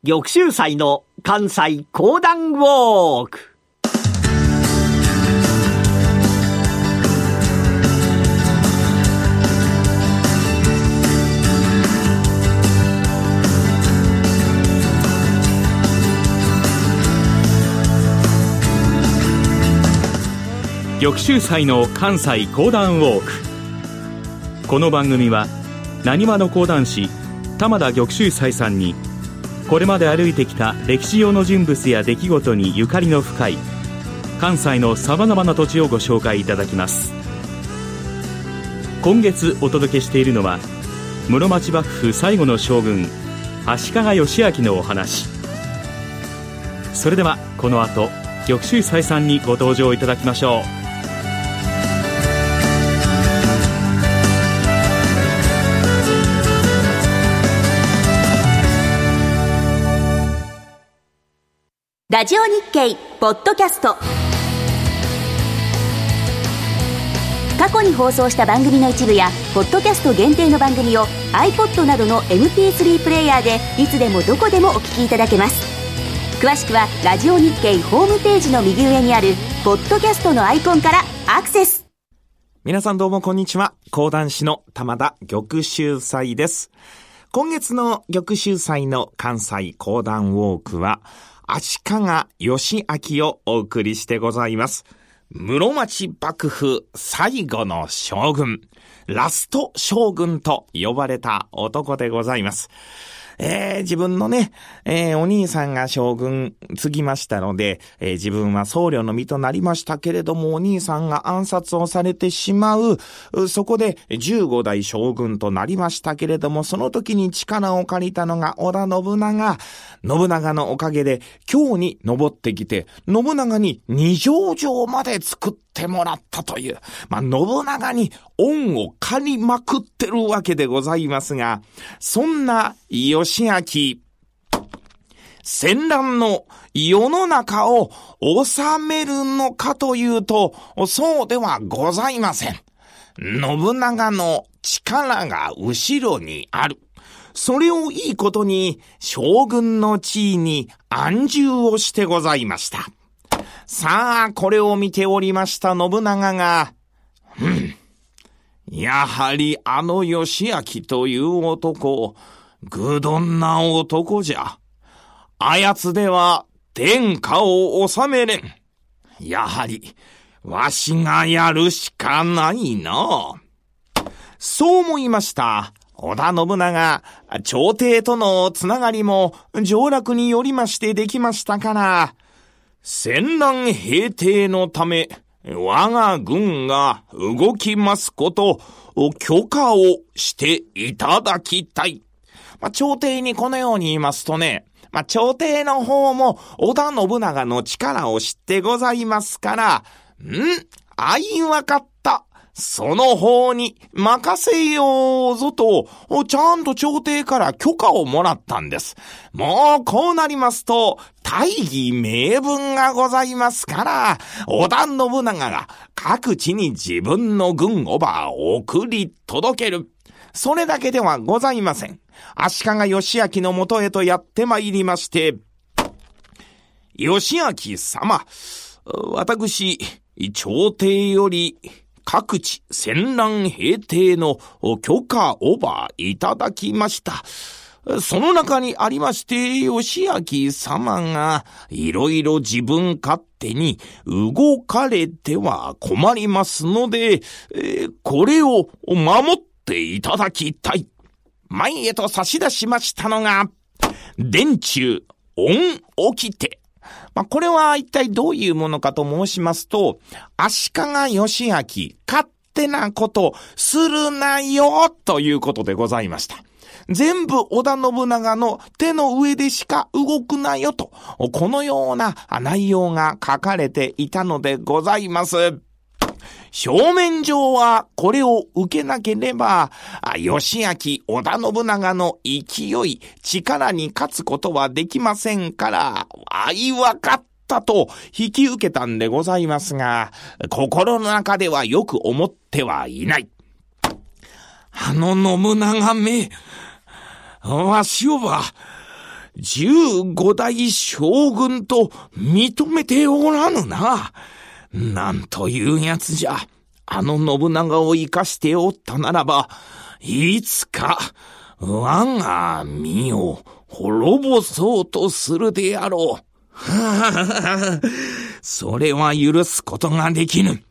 玉州祭の関西講談ウォーク。 玉州祭の関西講談ウォーク。この番組はなにわの講談師玉田玉州祭さんにこれまで歩いてきた歴史上の人物や出来事にゆかりの深い関西のさまざまな土地をご紹介いただきます。今月お届けしているのは室町幕府最後の将軍足利義昭のお話。それではこの後玉州祭さんにご登場いただきましょう。 ラジオ日経ポッドキャスト、過去に放送した番組の一部やポッドキャスト限定の番組を iPod などの MP3 プレイヤーでいつでもどこでもお聞きいただけます。詳しくはラジオ日経ホームページの右上にあるポッドキャストのアイコンからアクセス。 皆さんどうもこんにちは。講談師の玉田玉州祭です。今月の玉州祭の関西講談ウォークは足利義昭をお送りしてございます。室町幕府最後の将軍、ラスト将軍と呼ばれた男でございます。自分のね、お兄さんが将軍継ぎましたので、自分は僧侶の身となりましたけれども、お兄さんが暗殺をされてしまう。そこで15代将軍となりましたけれども、その時に力を借りたのが織田信長。信長のおかげで京に登ってきて、信長に二条城まで作ってもらったという、信長に恩を借りまくってるわけでございますが、そんな義昭、戦乱の世の中を治めるのかというと、そうではございません。信長の力が後ろにある。それをいいことに将軍の地位に安住をしてございました。さあ、これを見ておりました信長が、やはりあの義昭という男、愚鈍な男じゃ。あやつでは天下を治めれん。やはりわしがやるしかないな。そう思いました。織田信長、朝廷とのつながりも上洛によりましてできましたから、戦乱平定のため我が軍が動きますことを許可をしていただきたい。朝廷にこのように言いますとね、朝廷の方も織田信長の力を知ってございますから、わかった。その方に任せようぞと、ちゃんと朝廷から許可をもらったんです。もうこうなりますと、大義名分がございますから、織田信長が各地に自分の軍を送り届ける。それだけではございません。足利義昭のもとへとやってまいりまして、義昭様、私、朝廷より、各地戦乱平定の許可をいただきました。その中にありまして、義昭様がいろいろ自分勝手に動かれては困りますので、これを守っていただきたい。前へと差し出しましたのが、殿中恩掟。これは一体どういうものかと申しますと、足利義昭、勝手なことするなよということでございました。全部織田信長の手の上でしか動くなよと、このような内容が書かれていたのでございます。表面上はこれを受けなければ、義昭、織田信長の勢い、力に勝つことはできませんから、わかったと引き受けたんでございますが、心の中ではよく思ってはいない。信長め、わしをは、 15代将軍と認めておらぬな。なんというやつじゃ。信長を生かしておったならば、いつか我が身を滅ぼそうとするであろう。それは許すことができぬ。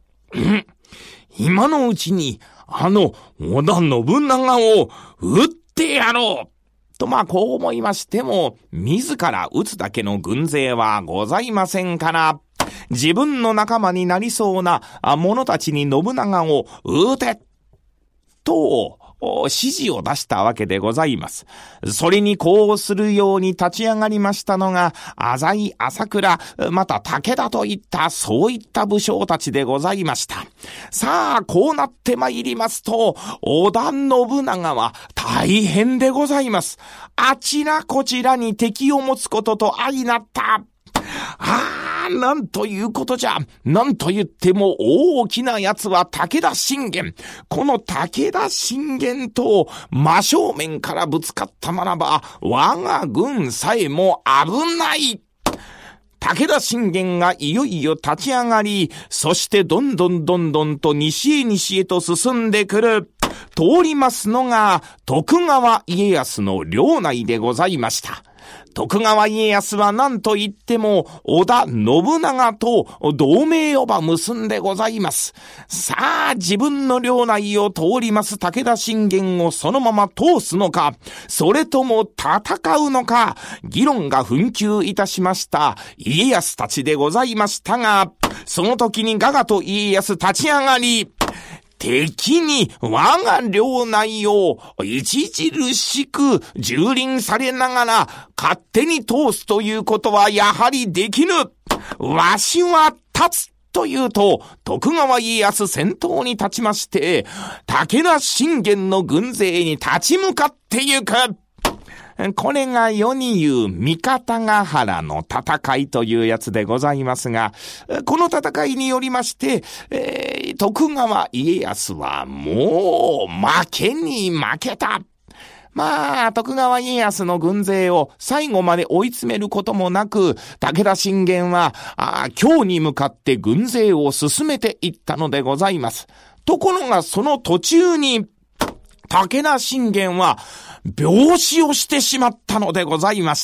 今のうちに織田信長を撃ってやろうとこう思いましても、自ら撃つだけの軍勢はございませんから、自分の仲間になりそうな者たちに信長を撃てと指示を出したわけでございます。それにこうするように立ち上がりましたのが、浅井朝倉、また武田といったそういった武将たちでございました。さあ、こうなってまいりますと、織田信長は大変でございます。あちらこちらに敵を持つことと相なった。なんということじゃ。なんと言っても大きなやつは武田信玄。この武田信玄と真正面からぶつかったならば、我が軍さえも危ない。武田信玄がいよいよ立ち上がり、そしてどんどんと西へと進んでくる。通りますのが徳川家康の領内でございました。徳川家康は何と言っても織田信長と同盟を結んでございます。さあ、自分の領内を通ります武田信玄をそのまま通すのか、それとも戦うのか、議論が紛糾いたしました家康たちでございましたが、その時に我がと家康立ち上がり、敵に我が領内を著しく蹂躙されながら勝手に通すということはやはりできぬ。わしは立つというと、徳川家康先頭に立ちまして、武田信玄の軍勢に立ち向かってゆく。これが世に言う三方ヶ原の戦いというやつでございますが、この戦いによりまして、徳川家康はもう負けに負けた。徳川家康の軍勢を最後まで追い詰めることもなく、武田信玄は京に向かって軍勢を進めていったのでございます。ところがその途中に武田信玄は病死をしてしまったのでございました。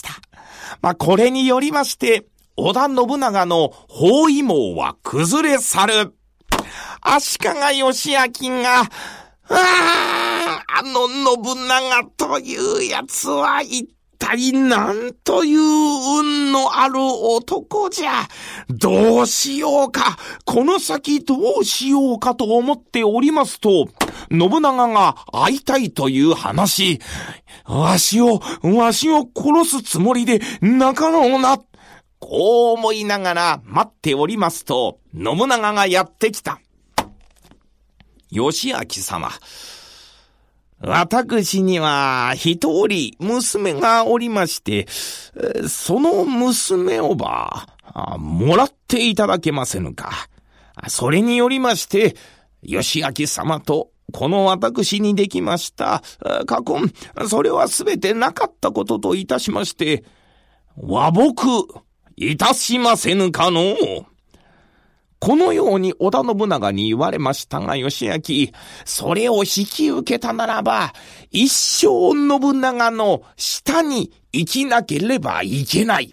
これによりまして織田信長の包囲網は崩れ去る。足利義昭が信長というやつは一体なんという運のある男じゃ。どうしようか、この先どうしようかと思っておりますと、信長が会いたいという話。わしを殺すつもりでなかろうな。こう思いながら待っておりますと、信長がやってきた。義昭様、私には一人娘がおりまして、その娘をもらっていただけませぬか。それによりまして、義昭様とこの私にできました禍根、それはすべてなかったことといたしまして、和睦いたしませぬかのう。このように織田信長に言われましたが、義昭、それを引き受けたならば、一生信長の下に生きなければいけない。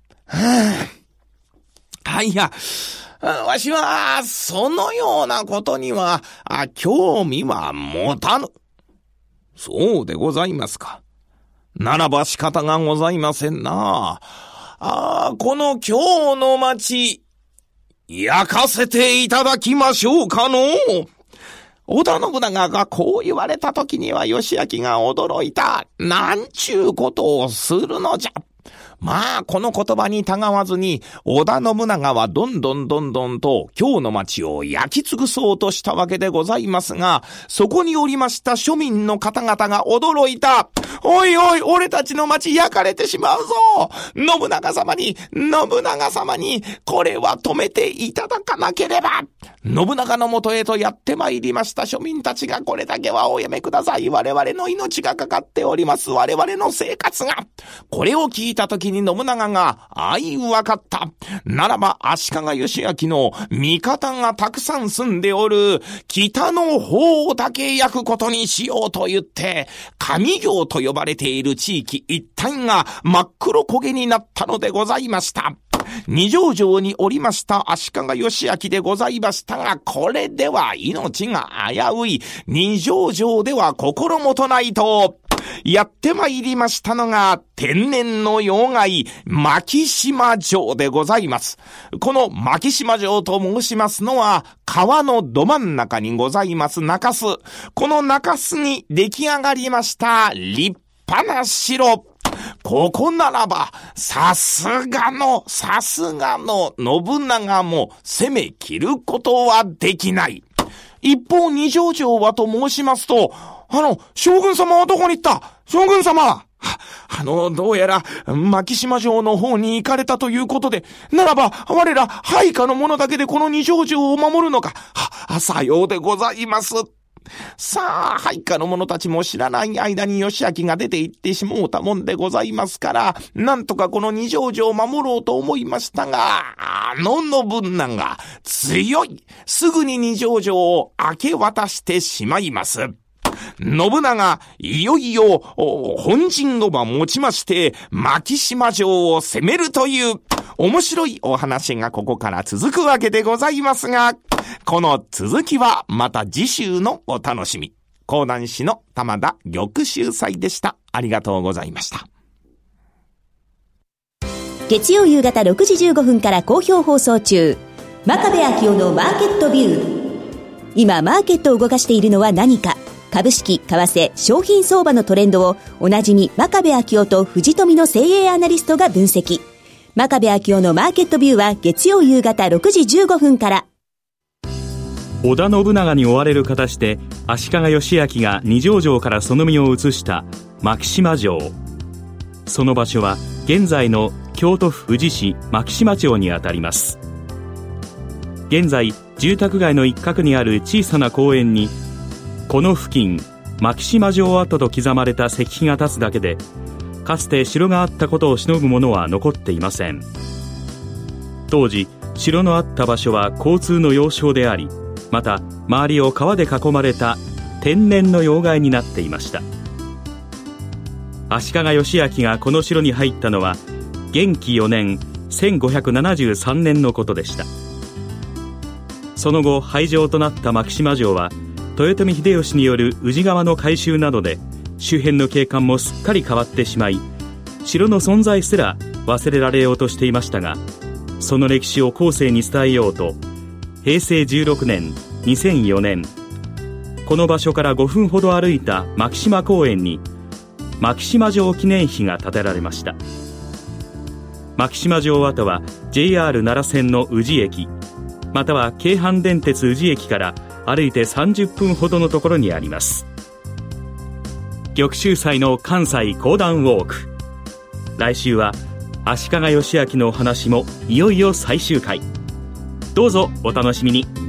いや、わしはそのようなことには興味は持たぬ。そうでございますか。ならば仕方がございませんな。この京の町、焼かせていただきましょうかの。織田信長がこう言われた時には義昭が驚いた。なんちゅうことをするのじゃ。 まあこの言葉にたがわずに織田信長はどんどんと京の町を焼き尽くそうとしたわけでございますが、そこにおりました庶民の方々が驚いた。おいおい、俺たちの町焼かれてしまうぞ。信長様にこれは止めていただかなければ。信長のもとへとやってまいりました庶民たちが、これだけはおやめください。我々の命がかかっております。我々の生活が。これを聞いたときに信長が、わかった。ならば足利義昭の味方がたくさん住んでおる北の方だけ焼くことにしようと言って、上京と呼ばれている地域一帯が真っ黒焦げになったのでございました。二条城におりました足利義昭でございましたが、これでは命が危うい。二条城では心もとないとやってまいりましたのが天然の要害牧島城でございます。この牧島城と申しますのは川のど真ん中にございます中洲。この中洲に出来上がりました立派な城。ここならばさすがの信長も攻め切ることはできない。一方二条城はと申しますと、将軍様はどこに行った？将軍様！どうやら、牧島城の方に行かれたということで、ならば、我ら、配下の者だけでこの二条城を守るのか。さようでございます。さあ、配下の者たちも知らない間に義昭が出て行ってしもうたもんでございますから、なんとかこの二条城を守ろうと思いましたが、信長、強い。すぐに二条城を明け渡してしまいます。信長、いよいよ本陣を持ちまして牧島城を攻めるという面白いお話がここから続くわけでございますが、この続きはまた次週のお楽しみ。講談師の玉田玉秀斎でした。ありがとうございました。 月曜夕方6時15分から好評放送中、真壁昭夫のマーケットビュー。今マーケットを動かしているのは何か。株式、為替、商品相場のトレンドをおなじみ真壁昭夫と藤富の精鋭アナリストが分析。真壁昭夫のマーケットビューは月曜夕方6時15分から。 織田信長に追われる形で足利義昭が二条城からその身を移した牧島城。その場所は現在の京都府宇治市牧島町にあたります。現在住宅街の一角にある小さな公園に、この付近牧島城跡と刻まれた石碑が立つだけで、かつて城があったことを偲ぶものは残っていません。当時城のあった場所は交通の要衝であり、また周りを川で囲まれた天然の要害になっていました。足利義昭がこの城に入ったのは元亀4年1573年のことでした。その後廃城となった牧島城は豊臣秀吉による宇治川の改修などで周辺の景観もすっかり変わってしまい、城の存在すら忘れられようとしていましたが、その歴史を後世に伝えようと平成16年2004年、この場所から5分ほど歩いた牧島公園に牧島城記念碑が建てられました。牧島城跡は JR 奈良線の宇治駅、または京阪電鉄宇治駅から歩いて30分ほどのところにあります。玉秀斎の関西講談ウォーク。来週は足利義昭のお話もいよいよ最終回。どうぞお楽しみに。